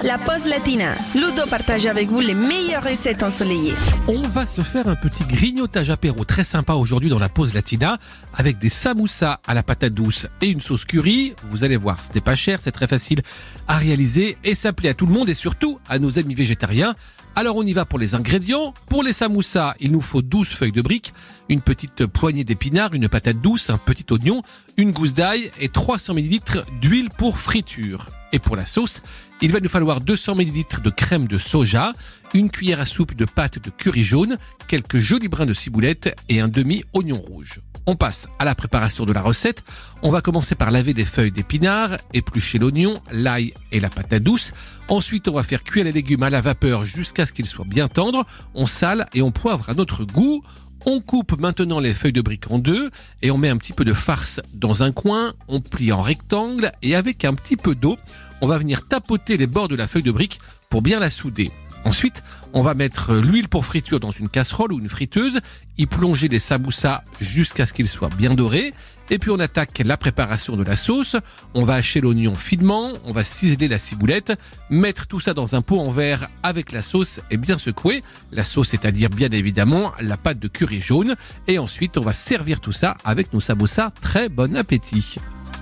La pause latina. Ludo partage avec vous les meilleures recettes ensoleillées. On va se faire un petit grignotage apéro très sympa aujourd'hui dans la pause latina avec des samoussas à la patate douce et une sauce curry. Vous allez voir, ce n'est pas cher, c'est très facile à réaliser et ça plaît à tout le monde et surtout à nos amis végétariens. Alors on y va pour les ingrédients. Pour les samoussas, il nous faut 12 feuilles de briques, une petite poignée d'épinards, une patate douce, un petit oignon, une gousse d'ail et 300 ml d'huile pour friture. Et pour la sauce, il va nous falloir 200 ml de crème de soja, une cuillère à soupe de pâte de curry jaune, quelques jolis brins de ciboulette et un demi-oignon rouge. On passe à la préparation de la recette. On va commencer par laver des feuilles d'épinards, éplucher l'oignon, l'ail et la patate douce. Ensuite, on va faire cuire les légumes à la vapeur jusqu'à ce qu'ils soient bien tendres. On sale et on poivre à notre goût. On coupe maintenant les feuilles de briques en deux et on met un petit peu de farce dans un coin, on plie en rectangle et avec un petit peu d'eau, on va venir tapoter les bords de la feuille de brique pour bien la souder. Ensuite, on va mettre l'huile pour friture dans une casserole ou une friteuse, y plonger les samoussas jusqu'à ce qu'ils soient bien dorés. Et puis on attaque la préparation de la sauce. On va hacher l'oignon finement, on va ciseler la ciboulette, mettre tout ça dans un pot en verre avec la sauce et bien secouer. La sauce, c'est-à-dire bien évidemment la pâte de curry jaune. Et ensuite, on va servir tout ça avec nos samoussas. Très bon appétit!